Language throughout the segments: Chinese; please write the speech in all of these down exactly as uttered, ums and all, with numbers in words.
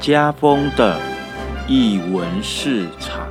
家风的艺文市场。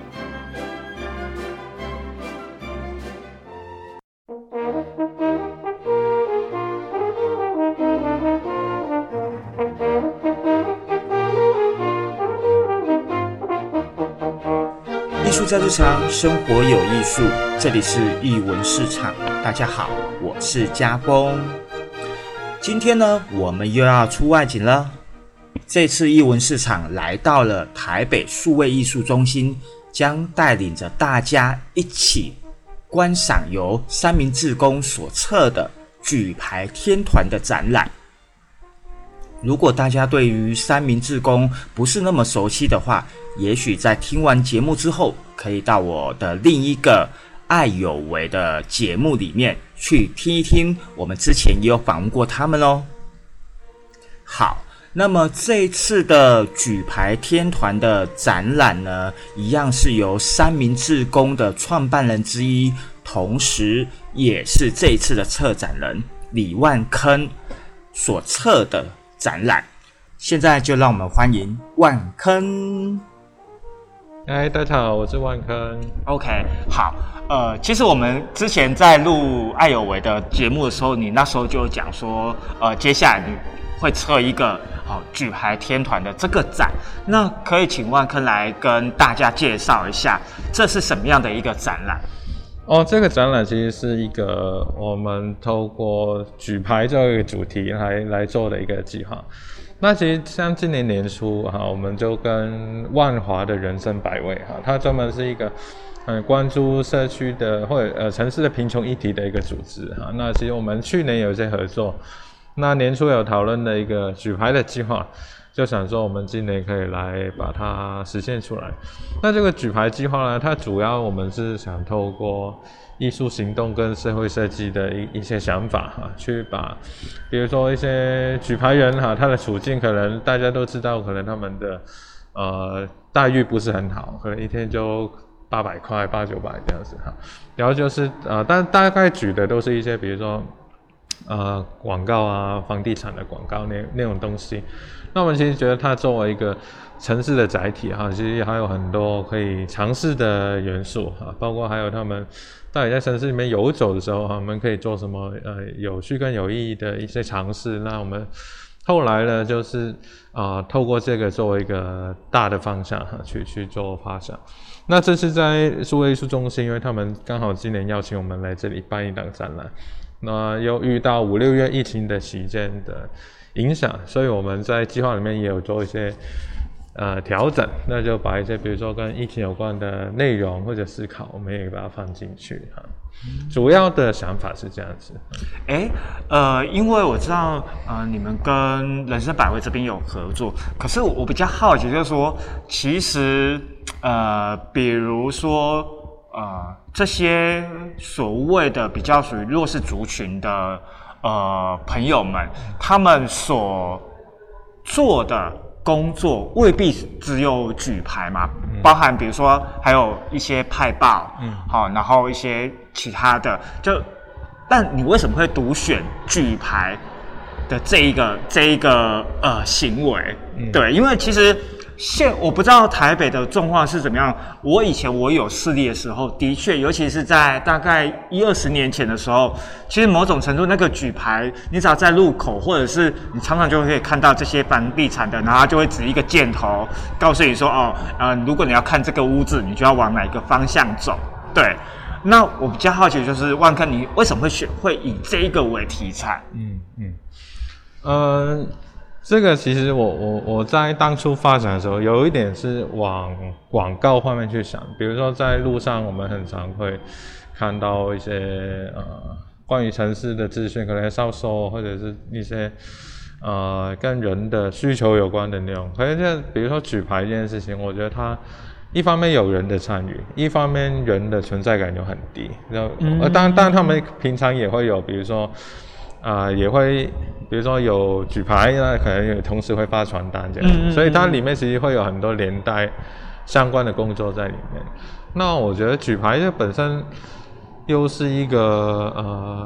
艺术在日常，生活有艺术，这里是艺文市场。大家好，我是家风。今天呢，我们又要出外景了。这次艺文市场来到了台北数位艺术中心，将带领着大家一起观赏由三民志工所策的举牌天团的展览。如果大家对于三民志工不是那么熟悉的话，也许在听完节目之后，可以到我的另一个爱有为的节目里面去听一听，我们之前也有访问过他们哦。好，那么这一次的举牌天团的展览呢，一样是由三民志工的创办人之一，同时也是这一次的策展人李万坑所策的展览。现在就让我们欢迎万坑。 嗨，大家好，我是万坑。 OK， 好，呃，其实我们之前在录爱有为的节目的时候，你那时候就有讲说，呃，接下来你会策一个好、哦、举牌天团的这个展，那可以请万坑来跟大家介绍一下，这是什么样的一个展览？ 哦，这个展览其实是一个我们透过举牌这个主题来来做的一个计划。那其实像今年年初哈，我们就跟万华的人生百味哈，它专门是一个呃关注社区的或者呃城市的贫穷议题的一个组织哈。那其实我们去年有一些合作，那年初有讨论的一个举牌的计划，就想说我们今年可以来把它实现出来。那这个举牌计划呢，它主要我们是想透过艺术行动跟社会设计的一一些想法哈，去把比如说一些举牌人哈，他的处境可能大家都知道，可能他们的呃待遇不是很好，可能一天就八百块、八九百这样子哈。然后就是呃，但大概举的都是一些比如说呃广告啊、房地产的广告那那种东西。那我们其实觉得它作为一个城市的载体哈，其实还有很多可以尝试的元素哈，包括还有他们到底在城市里面游走的时候哈，我们可以做什么呃有趣跟有意义的一些尝试。那我们后来呢，就是啊、呃、透过这个作为一个大的方向哈，去去做发展。那这次在数位艺术中心，因为他们刚好今年邀请我们来这里办一档展览，那又遇到五六月疫情的期间的影响，所以我们在计划里面也有做一些呃调整，那就把一些比如说跟疫情有关的内容或者思考，我们也把它放进去哈。主要的想法是这样子。 哎，呃，因为我知道呃你们跟人生百味这边有合作，可是我比较好奇就是说，其实呃比如说呃这些所谓的比较属于弱势族群的呃朋友们，他们所做的工作未必只有举牌嘛，嗯、包含比如说还有一些派报，嗯，好，然后一些其他的，就，但你为什么会独选举牌的这一个这一个呃行为？嗯、对，因为其实现我不知道台北的状况是怎么样。我以前我有视力的时候，的确，尤其是在大概一二十年前的时候，其实某种程度那个举牌，你只要在路口，或者是你常常就可以看到这些房地产的，然后他就会指一个箭头，告诉你说，哦，呃，如果你要看这个屋子，你就要往哪个方向走。对，那我比较好奇的就是万坑，你为什么会选会以这一个为题材？ 嗯嗯，呃。这个其实我我我在当初发展的时候，有一点是往广告方面去想，比如说在路上我们很常会看到一些呃关于城市的资讯，可能销售或者是一些呃跟人的需求有关的内容。可能就比如说举牌这件事情，我觉得它一方面有人的参与，一方面人的存在感就很低。然后呃当然当然他们平常也会有，比如说。啊、呃，也会，比如说有举牌，那可能也同时会发传单这样，嗯嗯嗯，所以它里面其实会有很多连带相关的工作在里面。那我觉得举牌这本身又是一个呃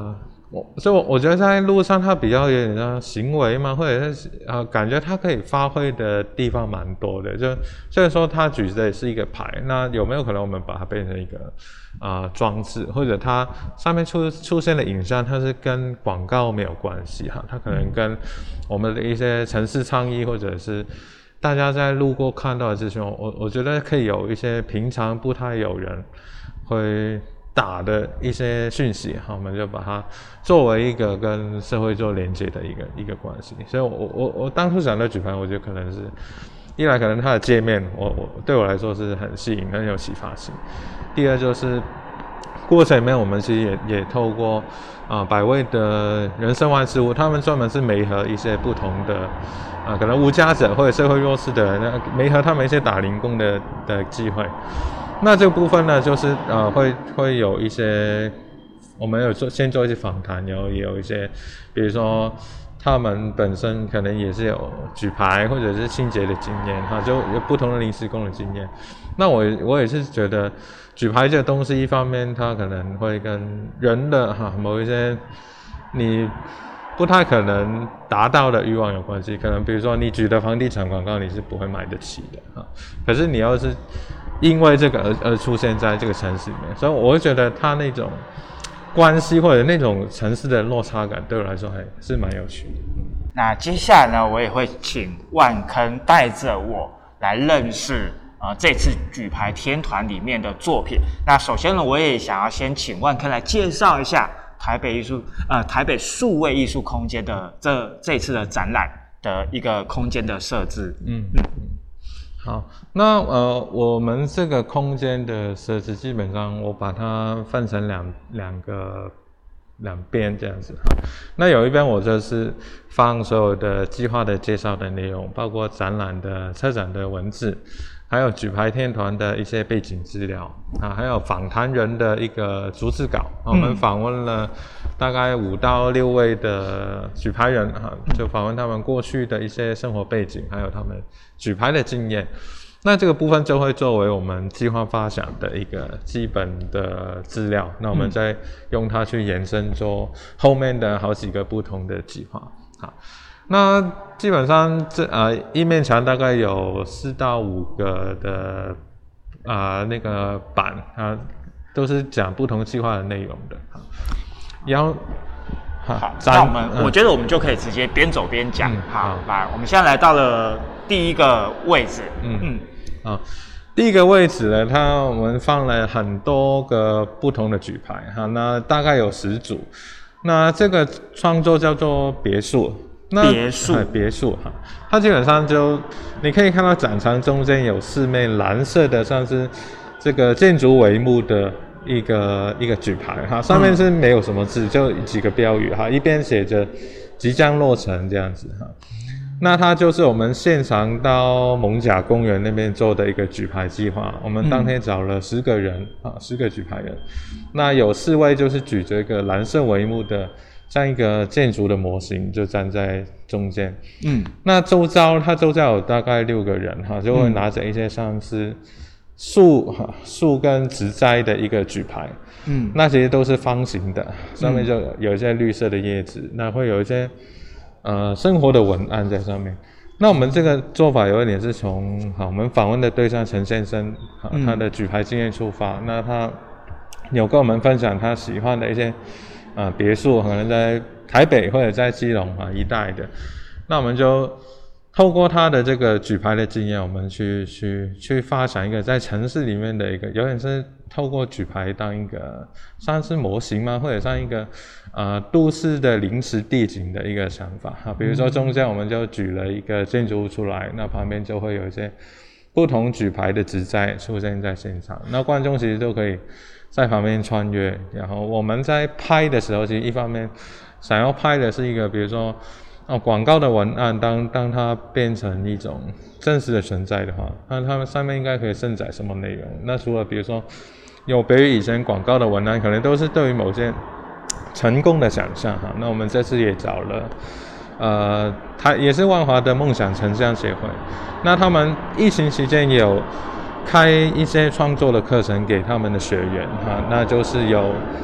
我所以我，我觉得在路上它比较有点像行为嘛，或者是呃，感觉它可以发挥的地方蛮多的。就虽然说它举的也是一个牌，那有没有可能我们把它变成一个啊、呃、装置，或者它上面出出现的影像，它是跟广告没有关系哈，它可能跟我们的一些城市倡议，或者是大家在路过看到的资讯，我我觉得可以有一些平常不太有人会打的一些讯息，我们就把它作为一个跟社会做连接的一个一个关系。所以我我我当初想到举牌，我觉得可能是一来可能它的界面，我我对我来说是很吸引、很有启发性。第二就是过程里面，我们其实也也透过啊、呃、百味的人生万事屋，他们专门是媒合一些不同的啊、呃、可能无家者或者社会弱势的人，媒合他们一些打零工的的机会。那这个部分呢，就是呃会会有一些，我们有做先做一些访谈，然后也有一些，比如说他们本身可能也是有举牌或者是清洁的经验哈，就有不同的临时工的经验。那我我也是觉得举牌这个东西，一方面它可能会跟人的哈某一些你不太可能达到的欲望有关系，可能比如说你举的房地产广告你是不会买得起的哈，可是你要是因为这个而而出现在这个城市里面，所以我会觉得它那种关系或者那种城市的落差感，对我来说还是蛮有趣的。 那接下来呢，我也会请万坑带着我来认识呃这次举牌天团里面的作品。那首先呢，我也想要先请万坑来介绍一下台北艺术呃台北数位艺术空间的这这次的展览的一个空间的设置。嗯嗯。 好，那呃，我们这个空间的设置，基本上我把它分成两两个两边这样子哈。那有一边我就是放所有的计划的介绍的内容，包括展览的策展的文字，还有举牌天团的一些背景资料啊，还有访谈人的一个逐字稿。我们访问了大概五到六位的举牌人哈，就访问他们过去的一些生活背景，还有他们举牌的经验。那这个部分就会作为我们计划发想的一个基本的资料，那我们再用它去延伸做后面的好几个不同的计划。好，那基本上这呃一面墙大概有四到五个的啊、呃、那个板啊，都是讲不同计划的内容的。然后好，那我们、嗯、我觉得我们就可以直接边走边讲。嗯、好，好，来，我们现在来到了第一个位置。嗯嗯， 好，第一个位置呢，它我们放了很多个不同的举牌哈，那大概有十组。那这个创作叫做别墅。那别墅， 别墅哈，它基本上就你可以看到展场中间有四面蓝色的，像是这个建筑帷幕的一个一个举牌哈，上面是没有什么字，嗯、就几个标语哈，一边写着即将落成这样子哈。那它就是我们现场到艋舺公园那边做的一个举牌计划，我们当天找了十个人啊、嗯，十个举牌人，那有四位就是举着一个蓝色帷幕的。像一个建筑的模型就站在中间，嗯，那周遭它周遭有大概六个人哈，就会拿着一些像是树哈树跟植栽的一个举牌，嗯，那其实都是方形的，上面就有一些绿色的叶子，嗯、那会有一些呃生活的文案在上面。那我们这个做法有一点是从好我们访问的对象陈先生哈他的举牌经验出发，嗯、那他有跟我们分享他喜欢的一些。啊，别墅可能在台北或者在基隆啊一带的，那我们就透过他的这个举牌的经验，我们去去去发展一个在城市里面的一个，有点是透过举牌当一个像是模型吗？或者像一个呃都市的临时地景的一个想法啊。比如说中间我们就举了一个建筑物出来，那旁边就会有一些不同举牌的植栽出现在现场，那观众其实都可以。在旁边穿越，然后我们在拍的时候，其实一方面想要拍的是一个，比如说哦广告的文案，当当它变成一种真实的存在的话，那它们上面应该可以承载什么内容？那除了比如说有别于以前广告的文案，可能都是对于某些成功的想象哈。那我们这次也找了，呃，它也是万华的梦想成像协会，那他们疫情期间也有。开一些创作的课程给他们的学员哈，那就是有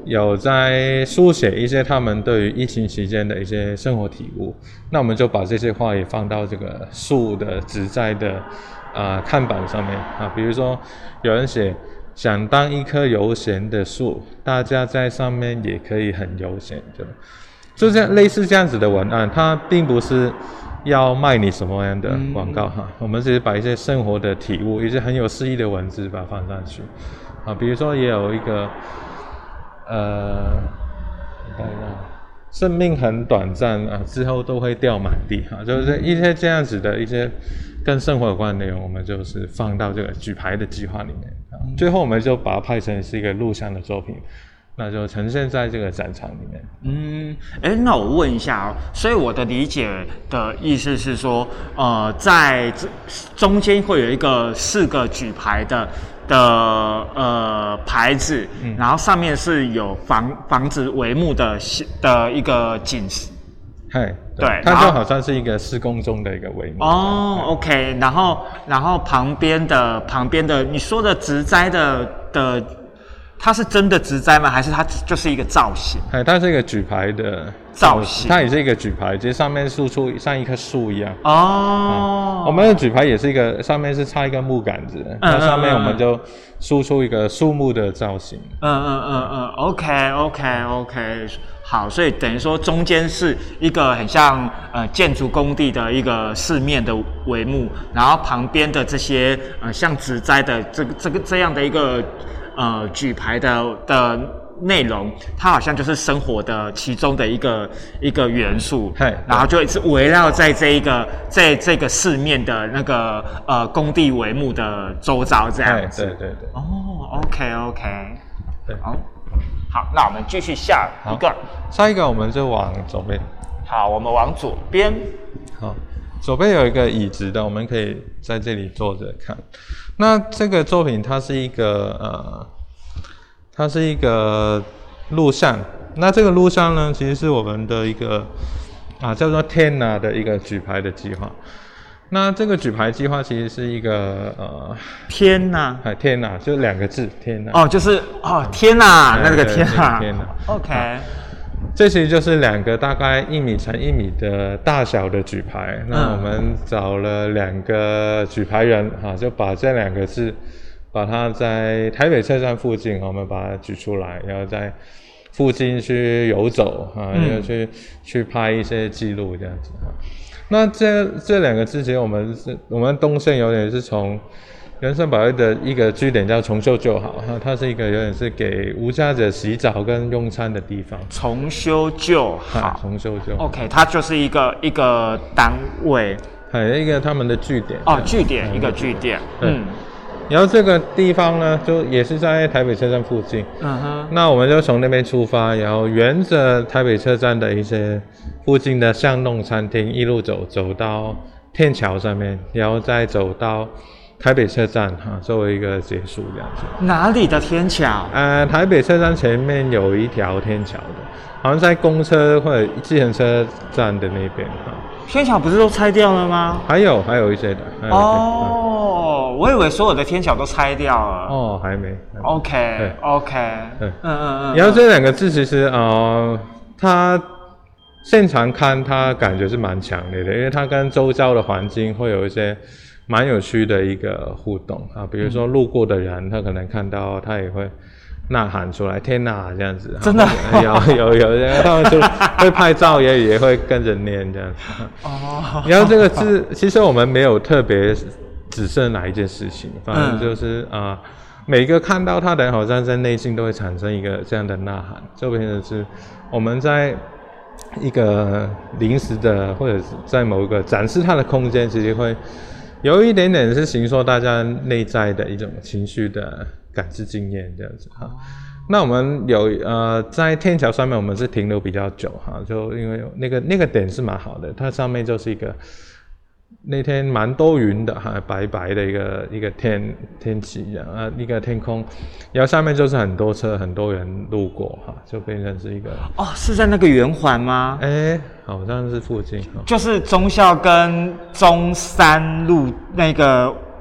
有在书写一些他们对于疫情期间的一些生活体悟，那我们就把这些话也放到这个树的植栽的啊、呃、看板上面啊，比如说有人写想当一棵悠闲的树，大家在上面也可以很悠闲，就就这样类似这样子的文案，它并不是要卖你什么样的广告哈、嗯，我们只是把一些生活的体悟，一些很有诗意的文字把它放上去啊，比如说也有一个呃，看一下，生命很短暂啊，之后都会掉满地哈，就是一些这样子的一些跟生活有关的内容，我们就是放到这个举牌的计划里面啊，最后我们就把它拍成是一个录像的作品。那就呈现在这个展场里面。嗯， 哎，那我问一下哦，所以我的理解的意思是说，呃，在中间会有一个四个举牌的的呃牌子，嗯、然后上面是有房房子帷幕的的一个景示。 嗨，对，它就好像是一个施工中的一个帷幕。 哦 ，OK， 然后然后旁边的旁边的你说的植栽的的。它是真的植栽吗？还是它就是一个造型？ 哎，它是一个举牌的造型， 它也是一个举牌，其实上面竖出像一棵树一样。 哦、 嗯，我们的举牌也是一个，上面是插一根木杆子，那、嗯、上面我们就竖出一个树木的造型。 嗯嗯嗯嗯 ，OK OK OK， 好，所以等于说中间是一个很像呃建筑工地的一个四面的帷幕，然后旁边的这些呃像植栽的这个这个这样的一个。呃，举牌的的内容，它好像就是生活的其中的一个一个元素，然后就一直围绕在这一个在这个四面的那个呃工地帷幕的周遭这样子。 对对对。 哦 ，OK OK， 对，好，好，那我们继续下一个， 下一个我们就往左边。 好，我们往左边。 好，左边有一个椅子的，我们可以在这里坐着看。那这个作品它是一个呃，它是一个录像。那这个录像呢，其实是我们的一个啊叫做天哪的一个举牌的计划。那这个举牌计划其实是一个呃天哪， 哎天哪，就两个字天哪。 哦，就是哦天哪，那个天哪， 天哪。 OK。 这其实就是两个大概一米乘一米的大小的举牌，嗯、那我们找了两个举牌人哈，就把这两个字，把它在台北车站附近，我们把它举出来，然后在附近去游走啊，然后去、嗯、去拍一些记录这样子哈。那这这两个字，其实我们是我们动线有点是从人生百味的一个据点叫重修就好，它是一个有点是给无家者洗澡跟用餐的地方。 重修就好， 重修就好。 OK， 它就是一个一个单位， 还有一个他们的据点。 哦，据点、嗯、一个据点。嗯。 然后这个地方呢，就也是在台北车站附近。嗯哼。那我们就从那边出发，然后沿着台北车站的一些附近的巷弄餐厅一路走，走到天桥上面，然后再走到台北车站哈，作为一个结束这样子。 哪里的天桥？ 呃，台北车站前面有一条天桥的，好像在公车或者计程车站的那边哈。 天桥不是都拆掉了吗？ 还有还有一些的。 哦，嗯、我以为所有的天桥都拆掉了。 哦，还没。还没 OK OK。 对，嗯嗯嗯。然后这两个字其实呃，它现场看它感觉是蛮强烈的，因为它跟周遭的环境会有一些蛮有趣的一个互动啊，比如说路过的人，他可能看到他也会呐喊出来“天哪”这样子， 真的有有有人他们就会拍照也也会跟着念这样子。哦。然后这个字其实我们没有特别指涉哪一件事情，反正就是啊、嗯呃，每个看到他的人好像在内心都会产生一个这样的呐喊，就变成是我们在一个临时的或者是在某一个展示它的空间，其实会有一点点是形塑大家内在的一种情绪的感知经验这样子哈。那我们有呃在天桥上面我们是停留比较久哈，就因为那个那个点是蛮好的，它上面就是一个那天蛮多云的哈，白白的一个一个天天气这样啊，一个天空，然后下面就是很多车很多人路过哈，就变成是一个哦，是在那个圆环吗？ 哎、欸，好像是附近， 就是忠孝跟中山路那个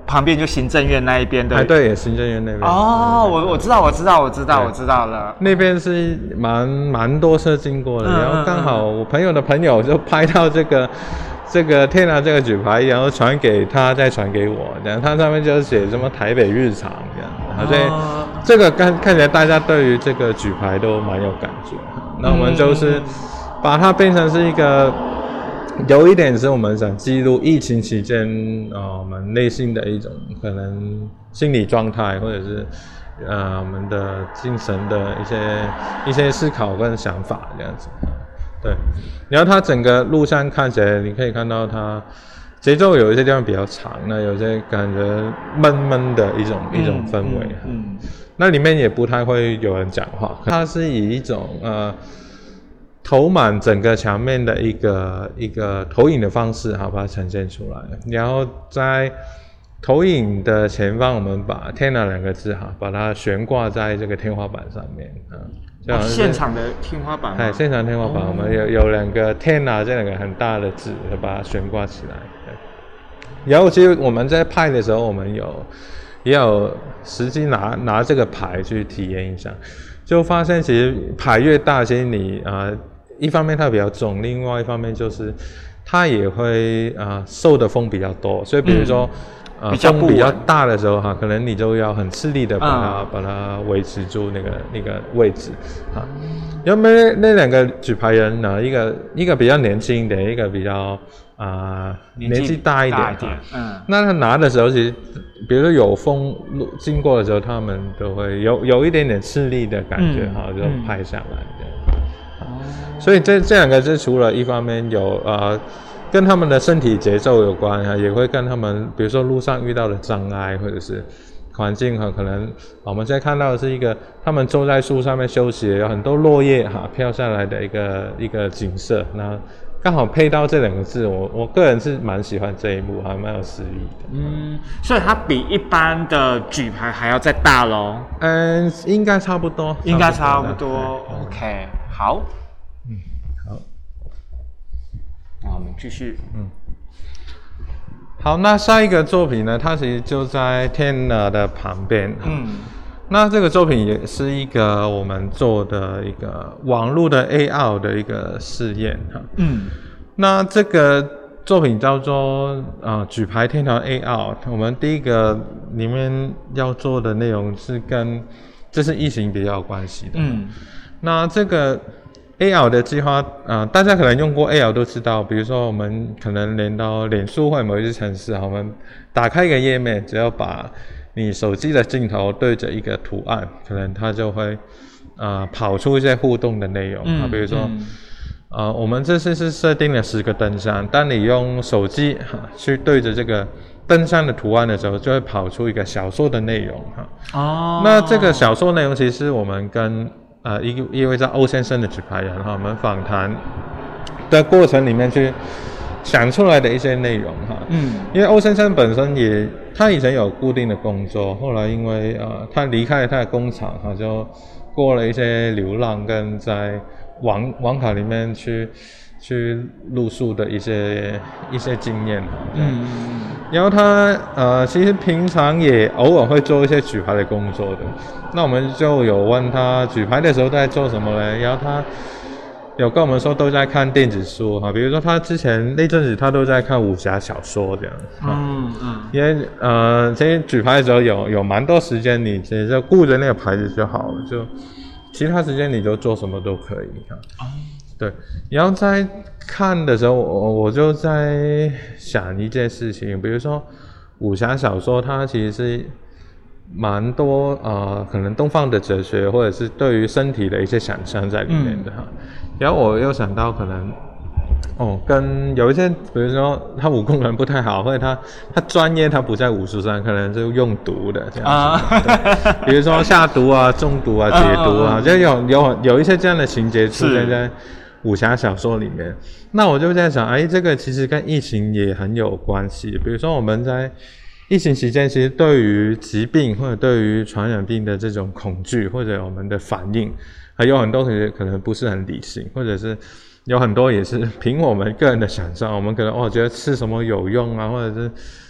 旁边就行政院那一边的。 哎，对，行政院那边。 哦，我我知道，我知道，我知道，我知道了。 那边是蛮蛮多车经过的， 嗯、 然后刚好我朋友的朋友就拍到这个。这个天拿这个举牌，然后传给他，再传给我，然后他上面就写什么台北日常这样，所以这个看看起来大家对于这个举牌都蛮有感觉。那我们就是把它变成是一个，有一点是我们想记录疫情期间呃我们内心的一种可能心理状态，或者是呃我们的精神的一些一些思考跟想法这样子。对，然后它整个路上看起来，你可以看到它节奏有一些地方比较长，那有些感觉闷闷的一种、嗯、一种氛围。嗯，嗯那里面也不太会有人讲话，它是以一种呃投满整个墙面的一个一个投影的方式，哈，把它呈现出来。然后在投影的前方，我们把 Tena 两个字哈，把它悬挂在这个天花板上面啊。 哦、现场的天花板吗？ 哎，现场天花板，哦、我们有有两个 Tena 这两个很大的字，把它悬挂起来。对。然后其实我们在拍的时候，我们有也有实际拿拿这个牌去体验一下，就发现其实牌越大，其实你啊、呃，一方面它比较重，另外一方面就是它也会啊、呃、受的风比较多，所以比如说。嗯呃，风比较大的时候哈，可能你就要很吃力的把它、嗯、把它维持住那个那个位置哈。然后那那两个举牌人呢，一个一个比较年轻一点，一个比较啊、呃、年纪大一点哈。嗯。那他拿的时候，其实比如说有风经过的时候，他们都会有有一点点吃力的感觉哈、嗯，就拍下来这样。嗯、所以这这两个是除了一方面有呃。跟他们的身体节奏有关啊，也会跟他们，比如说路上遇到的障碍，或者是环境哈，可能我们现在看到的是一个他们坐在树上面休息，有很多落叶哈飘下来的一个一个景色。那刚好配到这两个字，我我个人是蛮喜欢这一幕，还蛮有诗意的。 嗯，所以它比一般的举牌还要再大咯。 嗯，应该差不多， 应该差不多。OK， 好。 嗯，好。 那我们继续， 嗯，好，那下一个作品呢？它其实就在 Tena 的旁边，嗯，那这个作品也是一个我们做的一个网络的 A R 的一个试验哈，嗯，那这个作品叫做呃举牌天堂 A R， 我们第一个里面要做的内容是跟这是疫情比较有关系的，嗯，那这个。A R 的计划，呃，大家可能用过 A R 都知道，比如说我们可能连到脸书或者某一些城市，我们打开一个页面，只要把你手机的镜头对着一个图案，可能它就会呃跑出一些互动的内容啊，嗯、比如说、嗯、呃，我们这次是设定了十个灯箱，当你用手机哈、啊、去对着这个灯箱的图案的时候，就会跑出一个小说的内容哈。哦，那这个小说内容其实我们跟呃，一一位叫欧先生的举牌人哈，我们访谈的过程里面去想出来的一些内容哈。嗯，因为欧先生本身也，他以前有固定的工作，后来因为呃，他离开了他的工厂哈，就过了一些流浪跟在网网卡里面去去露宿的一些一些经验哈。嗯，然后他呃，其实平常也偶尔会做一些举牌的工作的。那我们就有问他举牌的时候在做什么呢？然后他有跟我们说都在看电子书哈，比如说他之前那阵子他都在看武侠小说这样。嗯嗯。因为呃，其实举牌的时候有有蛮多时间，你其实就顾着那个牌子就好了，就其他时间你就做什么都可以哈。哦。对，然后在看的时候，我我就在想一件事情，比如说武侠小说，它其实是蛮多呃，可能东方的哲学或者是对于身体的一些想象在里面的哈。嗯、然后我又想到可能哦，跟有一些，比如说他武功可能不太好，或者他他专业他不在武术上，可能就用毒的这样子。啊、比如说下毒啊、中毒啊、解毒啊，就有有有一些这样的情节出现在武侠小说里面。那我就在想，哎，这个其实跟疫情也很有关系。比如说我们在疫情期间，其实对于疾病或者对于传染病的这种恐惧或者我们的反应，还有很多可能可能不是很理性，或者是有很多也是凭我们个人的想象，我们可能哦觉得吃什么有用啊，或者是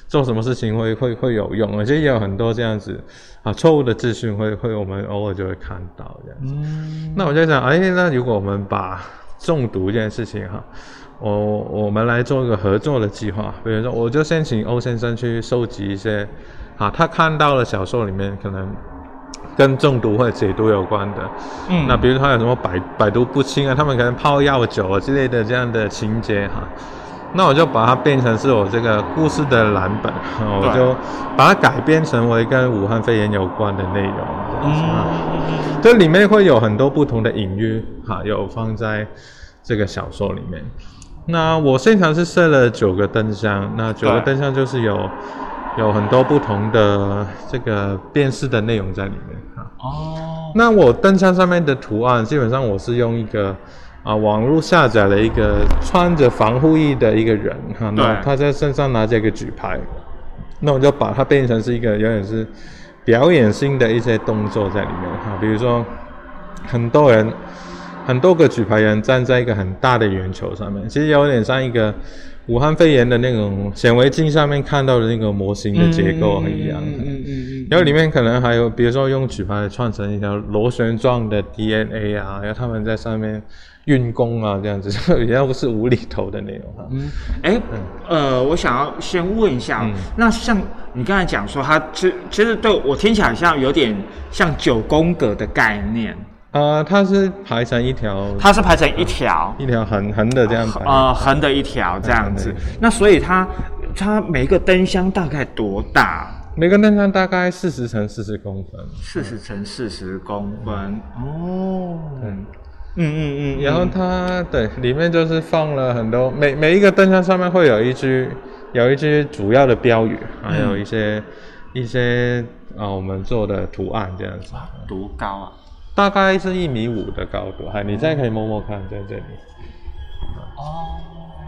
做什么事情会会会有用，而且也有很多这样子啊错误的资讯会会我们偶尔就会看到这样子。嗯、那我就想，哎，那如果我们把中毒这件事情哈，我我们来做一个合作的计划，比如说我就先请欧先生去收集一些啊他看到了小说里面可能跟中毒或者解毒有关的，嗯，那比如他有什么百百毒不侵啊，他们可能泡药酒啊之类的这样的情节哈。那我就把它变成是我这个故事的蓝本，我就把它改编成为跟武汉肺炎有关的内容。嗯，这里面会有很多不同的隐喻，哈，有放在这个小说里面。那我现场是设了九个灯箱，那九个灯箱就是有有很多不同的这个辨识的内容在里面。哦，那我灯箱上面的图案，基本上我是用一个。啊，网络下载了一个穿着防护衣的一个人，哈，那他在身上拿着一个举牌，那我就把它变成是一个有点是表演性的一些动作在里面，哈，比如说很多人很多个举牌人站在一个很大的圆球上面，其实有点像一个武汉肺炎的那种显微镜上面看到的那个模型的结构一样，嗯嗯嗯嗯，然后里面可能还有比如说用举牌串成一条螺旋状的 D N A 啊，然后他们在上面运功啊，这样子，比较不是无厘头的内容哈。嗯， 哎、欸，嗯、呃，我想要先问一下，嗯、那像你刚才讲说，它其其实对我听起来像有点像九宫格的概念。 呃，它是排成一条， 它是排成一条， 一条横横的这样排， 呃，横的一条这样子。那所以它它每一个灯箱大概多大？ 每个灯箱大概四十乘四十公分。 四十乘四十公分，哦。 嗯嗯嗯嗯， 然后它对里面就是放了很多，每每一个灯箱上面会有一句有一句主要的标语，还有一些、嗯、一些啊我们做的图案这样子。 多高啊？ 大概是一米五的高度，还你再可以摸摸看，在这里。 哦。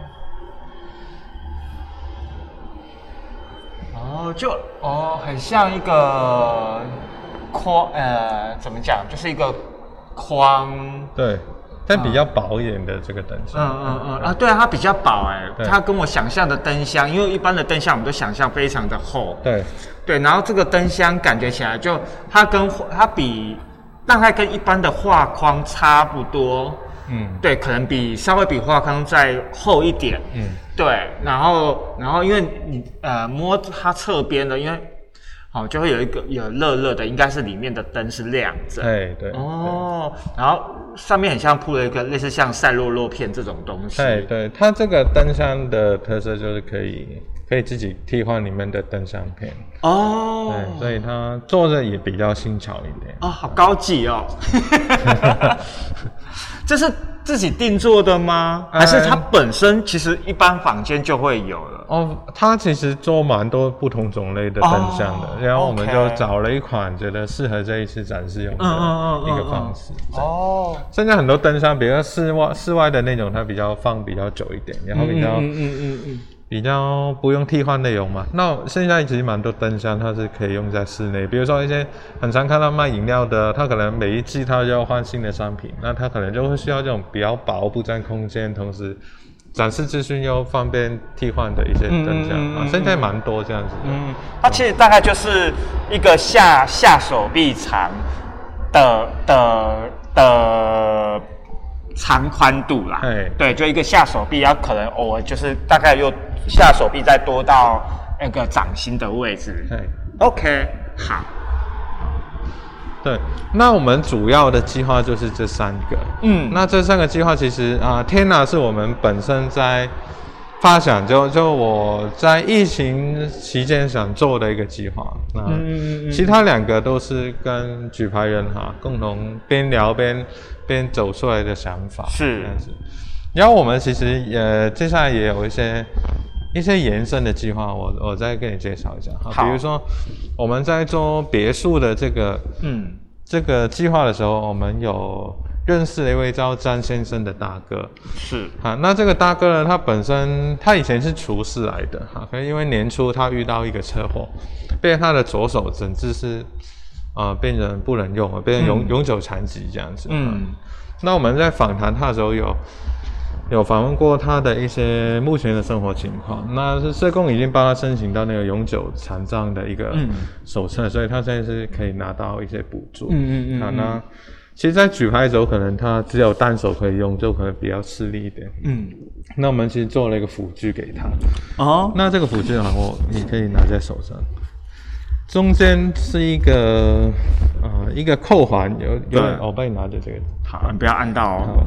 哦，就哦，很像一个框，呃，怎么讲，就是一个。框对，但比较薄一点的这个灯箱。 嗯嗯嗯啊，对啊，它比较薄哎、欸，它跟我想象的灯箱，因为一般的灯箱我们都想象非常的厚。 对对，然后这个灯箱感觉起来就它跟它比大概跟一般的画框差不多。嗯，对，可能比稍微比画框再厚一点。嗯，对，然后然后因为你呃摸它侧边的，因为。好，就会有一个有热热的，应该是里面的灯是亮着。 哎，对。 哦，然后上面很像铺了一个类似像赛洛洛片这种东西。 哎，对，它这个灯箱的特色就是可以可以自己替换里面的灯箱片。哦。对，所以它做的也比较轻巧一点。 哦，好高级哦。这是自己定做的吗？还是它本身其实一般房间就会有了？ 哦，它其实做蛮多不同种类的灯箱的，哦、然后我们就找了一款觉得适合这一次展示用的一个方式。嗯嗯嗯嗯哦，现在很多灯箱，比如说室外室外的那种，它比较放比较久一点，然后比较嗯嗯嗯嗯比较不用替换内容嘛。那现在其实蛮多灯箱它是可以用在室内，比如说一些很常看到卖饮料的，它可能每一季它就要换新的商品，那它可能就会需要这种比较薄、不占空间，同时展示资讯又方便替换的一些灯箱、嗯嗯嗯、啊，现在蛮多这样子的。 嗯，它其实大概就是一个下下手臂长的的的长宽度啦。对，就一个下手臂，要可能偶尔就是大概又下手臂再多到那个掌心的位置。OK， 好。 对，那我们主要的计划就是这三个。嗯，那这三个计划其实啊，天哪是我们本身在发想，就就我在疫情期间想做的一个计划。那嗯其他两个都是跟举牌人哈共同边聊边边走出来的想法。 是这样子。然后我们其实也接下来也有一些。一些延伸的计划，我我再跟你介绍一下哈。比如说，我们在做别墅的这个嗯这个计划的时候，我们有认识了一位叫詹先生的大哥。 是啊，那这个大哥呢，他本身他以前是厨师来的哈，可是因为年初他遇到一个车祸，被他的左手整只是啊、呃、变成不能用了，变成永、嗯、永久残疾这样子。嗯，那我们在访谈他的时候有。 有访问过他的一些目前的生活情况。那是社工已经帮他申请到那个永久残障的一个手册，嗯、所以他现在是可以拿到一些补助。嗯嗯嗯。啊，那其实，在举牌的时候，可能他只有单手可以用，就可能比较吃力一点。嗯。那我们其实做了一个辅具给他。哦。那这个辅具啊，我你可以拿在手上。中间是一个呃一个扣环，有有我帮你拿着这个， 好，你不要按到哦。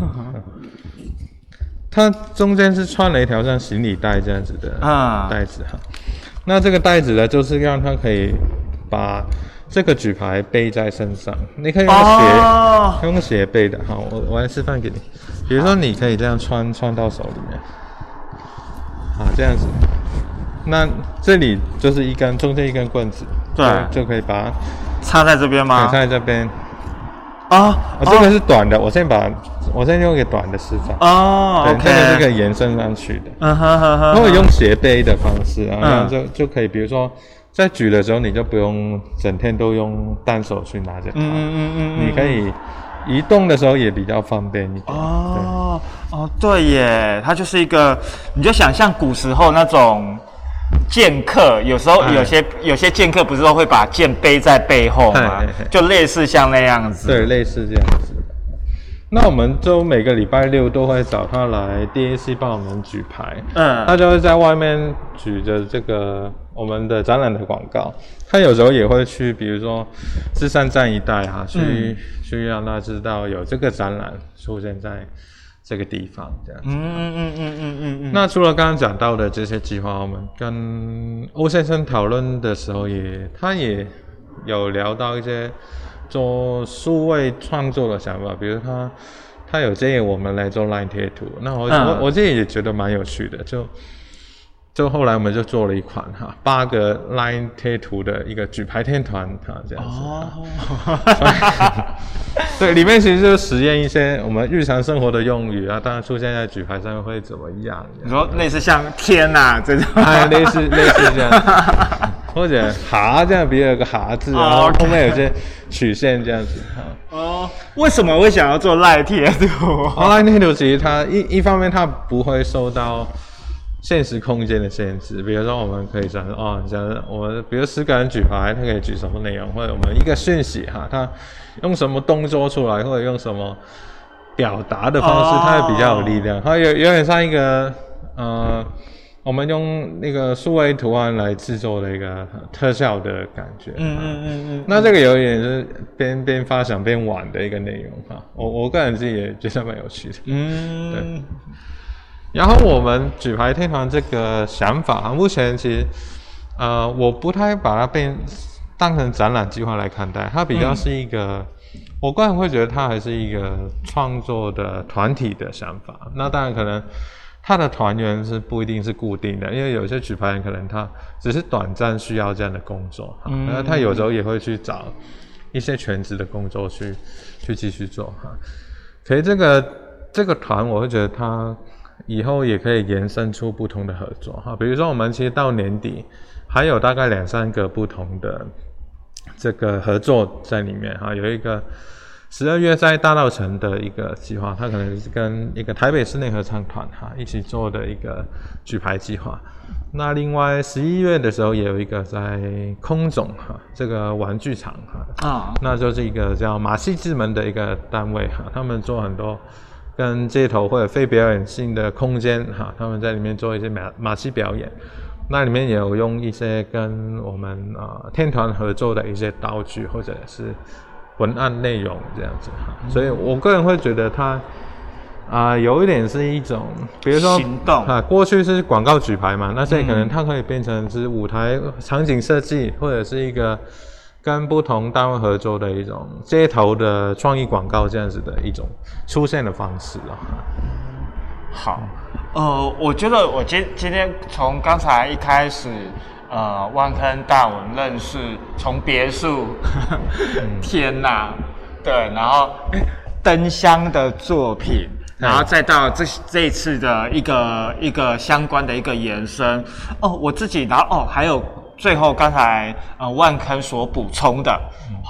它中间是穿了一条像行李带这样子的带子哈。那这个带子呢，就是让它可以把这个举牌背在身上，你可以用斜、哦、用斜背的哈。我我来示范给你，比如说你可以这样穿穿到手里面，啊这样子。那这里就是一根中间一根棍子，对，就可以把它插在这边吗？ 插在这边。 啊， 哦，这个是短的，我先把，我先用一个短的示范。 哦 ，OK， 这个是可以延伸上去的。嗯哼哼哼。如果用斜背的方式啊，那、嗯、就就可以，比如说在举的时候，你就不用整天都用单手去拿着它。嗯嗯嗯嗯。你可以移动的时候也比较方便一点。 哦哦，对耶，它就是一个，你就想象古时候那种。剑客有时候有些、哎、有些剑客不是都会把剑背在背后吗？哎哎、就类似像那样子。 对，类似这样子。那我们就每个礼拜六都会找他来 D A C 帮我们举牌，嗯，他就会在外面举着这个我们的展览的广告。他有时候也会去，比如说芝山站一带啊，去、嗯、去让他知道有这个展览出现在这个地方这样子。嗯嗯嗯嗯嗯嗯。那除了刚刚讲到的这些计划，我们跟欧先生讨论的时候也，他也有聊到一些做数位创作的想法，比如他他有建议我们来做 LINE 贴图，那我、嗯、我我自己也觉得蛮有趣的，就就后来我们就做了一款哈八个 LINE 贴图的一个举牌天团哈这样子。哦。对，里面其实就实验一些我们日常生活的用语啊，当然出现在举牌上面会怎么样？ 你说类似像天呐、啊、这种， 哎，类似类似这样，或者哈这样，比如有个哈字，然后后面有些曲线这样子。 哦，为什么会想要做赖贴图？ 赖贴图其实它一一方面它不会受到现实空间的限制，比如说我们可以讲哦，讲我们比如十个人举牌，他可以举什么内容，或者我们一个讯息哈，他用什么动作出来，或者用什么表达的方式，它会比较有力量。它有有点像一个呃，我们用那个数位图案来制作的一个特效的感觉。嗯嗯嗯嗯。那这个有一点是边边发想边玩的一个内容哈，我我个人自己也觉得蛮有趣的。嗯。对。然后我们举牌天团这个想法，目前其实，呃，我不太把它变当成展览计划来看待，它比较是一个，嗯、我个人会觉得它还是一个创作的团体的想法。那当然可能它的团员是不一定是固定的，因为有些举牌人可能他只是短暂需要这样的工作，嗯，然后他有时候也会去找一些全职的工作去去继续做哈。可是这个这个团，我会觉得它以后也可以延伸出不同的合作哈，比如说我们其实到年底还有大概两三个不同的这个合作在里面哈，有一个十二月在大稻埕的一个计划，它可能是跟一个台北室内合唱团哈一起做的一个举牌计划。那另外十一月的时候也有一个在空总哈这个玩具厂哈啊，那就是一个叫马戏之门的一个单位哈，他们做很多跟街头或者非表演性的空间哈，他们在里面做一些马马戏表演，那里面也有用一些跟我们呃天团合作的一些道具或者是文案内容这样子哈，所以我个人会觉得它啊、呃、有一点是一种，比如说行动啊，过去是广告举牌嘛，那现在可能它可以变成是舞台场景设计，或者是一个跟不同单位合作的一种街头的创意广告这样子的一种出现的方式啊。 好，呃，我觉得我今今天从刚才一开始，呃，万坑大文认识，从别墅，天哪，对，然后灯箱的作品，然后再到这这一次的一个一个相关的一个延伸，哦，我自己，然后哦，还有。最后，刚才呃万坑所补充的，好、嗯，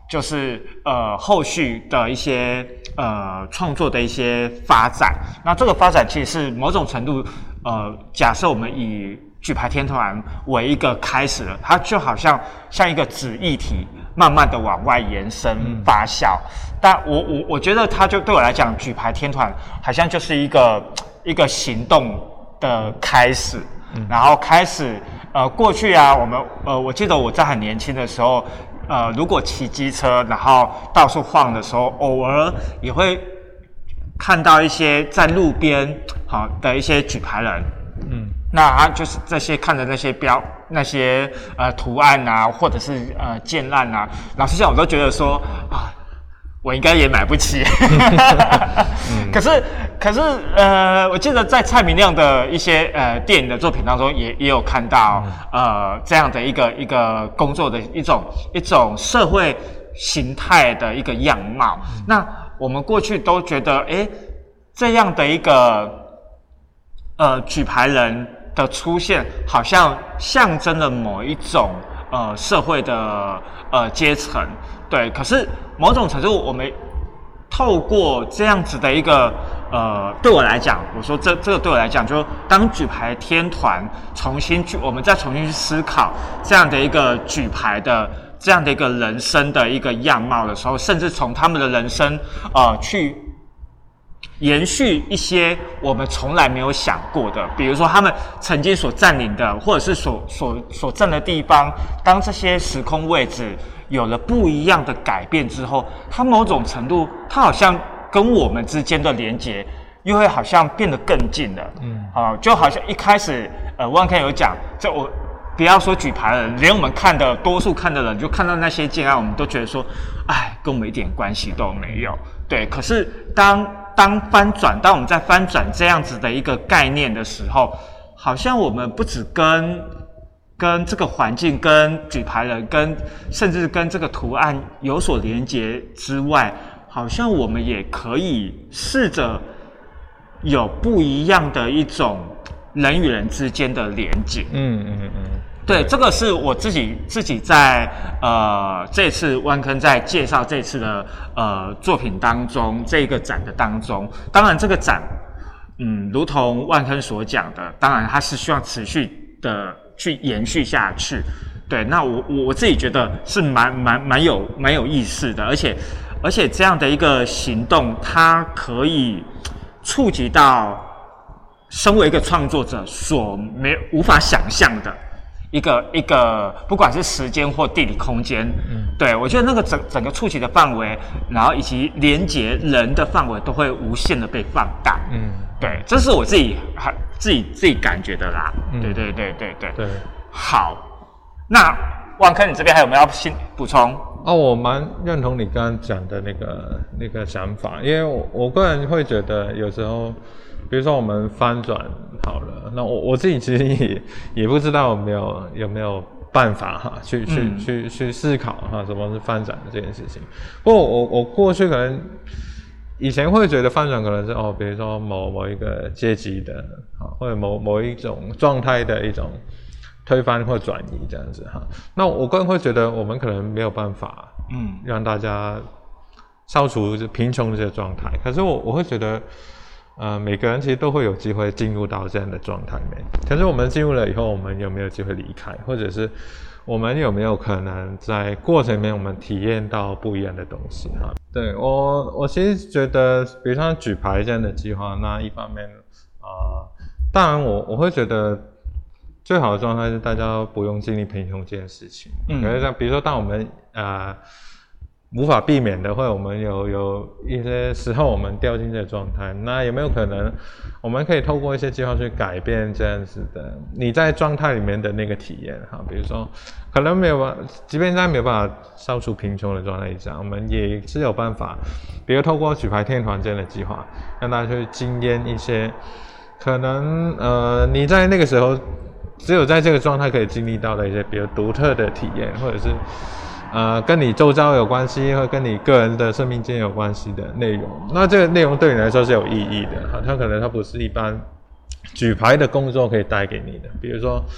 就是呃后续的一些呃创作的一些发展。那这个发展其实是某种程度呃，假设我们以举牌天团为一个开始了，它就好像像一个子议题，慢慢的往外延伸发酵。嗯、但我我我觉得它就对我来讲，举牌天团好像就是一个一个行动的开始，嗯、然后开始呃过去啊，我们呃我记得我在很年轻的时候，呃如果骑机车然后到处晃的时候，偶尔也会看到一些在路边好的一些举牌人，嗯。那他就是这些看的那些标那些呃图案啊，或者是呃建案啊，老实讲我都觉得说啊，我应该也买不起。嗯、可是可是呃，我记得在蔡明亮的一些呃电影的作品当中也，也也有看到呃这样的一个一个工作的一种一种社会形态的一个样貌。嗯、那我们过去都觉得，哎，这样的一个呃举牌人的出现，好像象征了某一种呃社会的呃阶层，对。可是某种程度，我们透过这样子的一个呃，对我来讲，我说这这个对我来讲，就当举牌天团重新去，我们再重新去思考这样的一个举牌的这样的一个人生的一个样貌的时候，甚至从他们的人生呃去延续一些我们从来没有想过的，比如说他们曾经所占领的，或者是所所所占的地方，当这些时空位置有了不一样的改变之后，它某种程度，它好像跟我们之间的连结，又会好像变得更近了。嗯，啊、呃，就好像一开始，呃，万 K 有讲，这我不要说举牌了，连我们看的多数看的人，就看到那些建案，我们都觉得说，哎，跟我们一点关系都没有。对，可是当当翻转，当我们在翻转这样子的一个概念的时候，好像我们不只跟跟这个环境、跟举牌人、跟甚至跟这个图案有所连结之外，好像我们也可以试着有不一样的一种人与人之间的连结。嗯嗯嗯。对，这个是我自己自己在呃这次万坑在介绍这次的呃作品当中，这个展的当中，当然这个展，嗯，如同万坑所讲的，当然它是希望持续的去延续下去。对，那我我自己觉得是蛮蛮蛮有蛮有意思的，而且而且这样的一个行动，它可以触及到身为一个创作者所没无法想象的。一个一个，不管是时间或地理空间，嗯，对我觉得那个整整个触及的范围，然后以及连结人的范围，都会无限的被放大，嗯，对，这是我自己自己自己感觉的啦，嗯、对对对对对对。好，那万坑，你这边还有没有要新补充？ 哦，我蛮认同你刚刚讲的那个那个想法，因为我我个人会觉得有时候。比如说我们翻转好了，那我我自己其实也也不知道有没有有没有办法哈，去去、嗯、去去思考哈，什么是翻转的这件事情。不过我我过去可能以前会觉得翻转可能是哦，比如说某某一个阶级的啊，或者某某一种状态的一种推翻或转移这样子哈。那我个人会觉得我们可能没有办法嗯让大家消除贫穷的这个状态，可是我我会觉得。呃，每个人其实都会有机会进入到这样的状态里面。可是我们进入了以后，我们有没有机会离开，或者是我们有没有可能在过程里面我们体验到不一样的东西哈？对我，我其实觉得，比如像举牌这样的计划，那一方面啊、呃，当然我我会觉得最好的状态是大家不用经历贫穷这件事情。嗯，可是像比如说，当我们呃。无法避免的，或者我们有有一些时候我们掉进这个状态，那有没有可能我们可以透过一些计划去改变这样子的你在状态里面的那个体验哈？比如说可能没有办法，即便在没有办法消除贫穷的状态下，我们也是有办法，比如透过举牌天团这样的计划，让大家去经验一些可能呃你在那个时候只有在这个状态可以经历到的一些比如独特的体验，或者是。呃，跟你周遭有关系，或跟你个人的生命经验有关系的内容，那这个内容对你来说是有意义的，它可能它不是一般举牌的工作可以带给你的。比如说，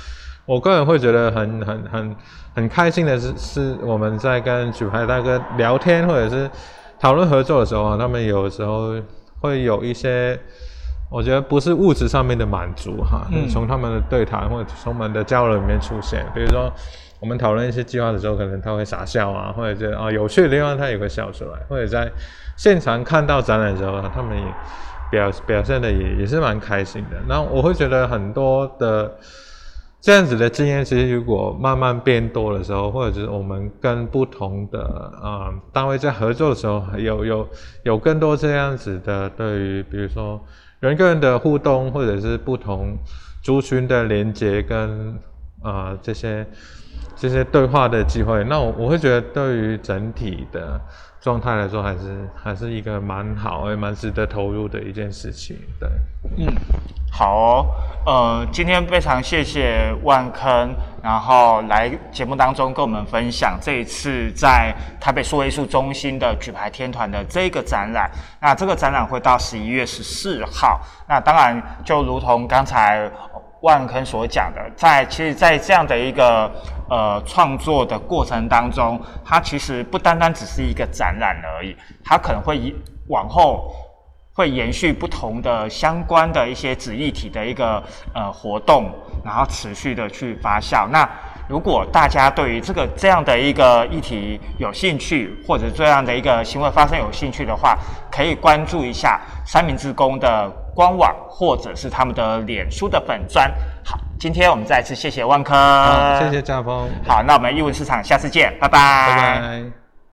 我个人会觉得很很很很开心的是，是我们在跟举牌大哥聊天或者是讨论合作的时候啊，他们有时候会有一些，我觉得不是物质上面的满足哈，嗯、从他们的对谈或者从我们的交流里面出现，比如说。我们讨论一些计划的时候，可能他会傻笑啊，或者是啊有趣的地方他也会笑出来，或者在现场看到展览的时候，他们也表表现的也也是蛮开心的。那我会觉得很多的这样子的经验，其实如果慢慢变多的时候，或者是我们跟不同的啊、呃、单位在合作的时候，有有有更多这样子的对于比如说人跟人的互动，或者是不同族群的连结跟啊、呃、这些。这些对话的机会，那我我会觉得对于整体的状态来说，还是还是一个蛮好也蛮值得投入的一件事情。对， 嗯，好哦，呃，今天非常谢谢万坑，然后来节目当中跟我们分享这一次在台北数位艺术中心的举牌天团的这个展览。那这个展览会到十一月十四号。那当然，就如同刚才万坑所讲的，在其实，在这样的一个呃创作的过程当中，它其实不单单只是一个展览而已，它可能会往后会延续不同的相关的一些子议题的一个呃活动，然后持续的去发酵。那如果大家对于这个这样的一个议题有兴趣，或者这样的一个行为发生有兴趣的话，可以关注一下三民志工的官网，或者是他们的脸书的粉专。好，今天我们再次谢谢万坑， 好，谢谢家峰。 好，那我们艺文市场下次见，拜拜， 拜拜。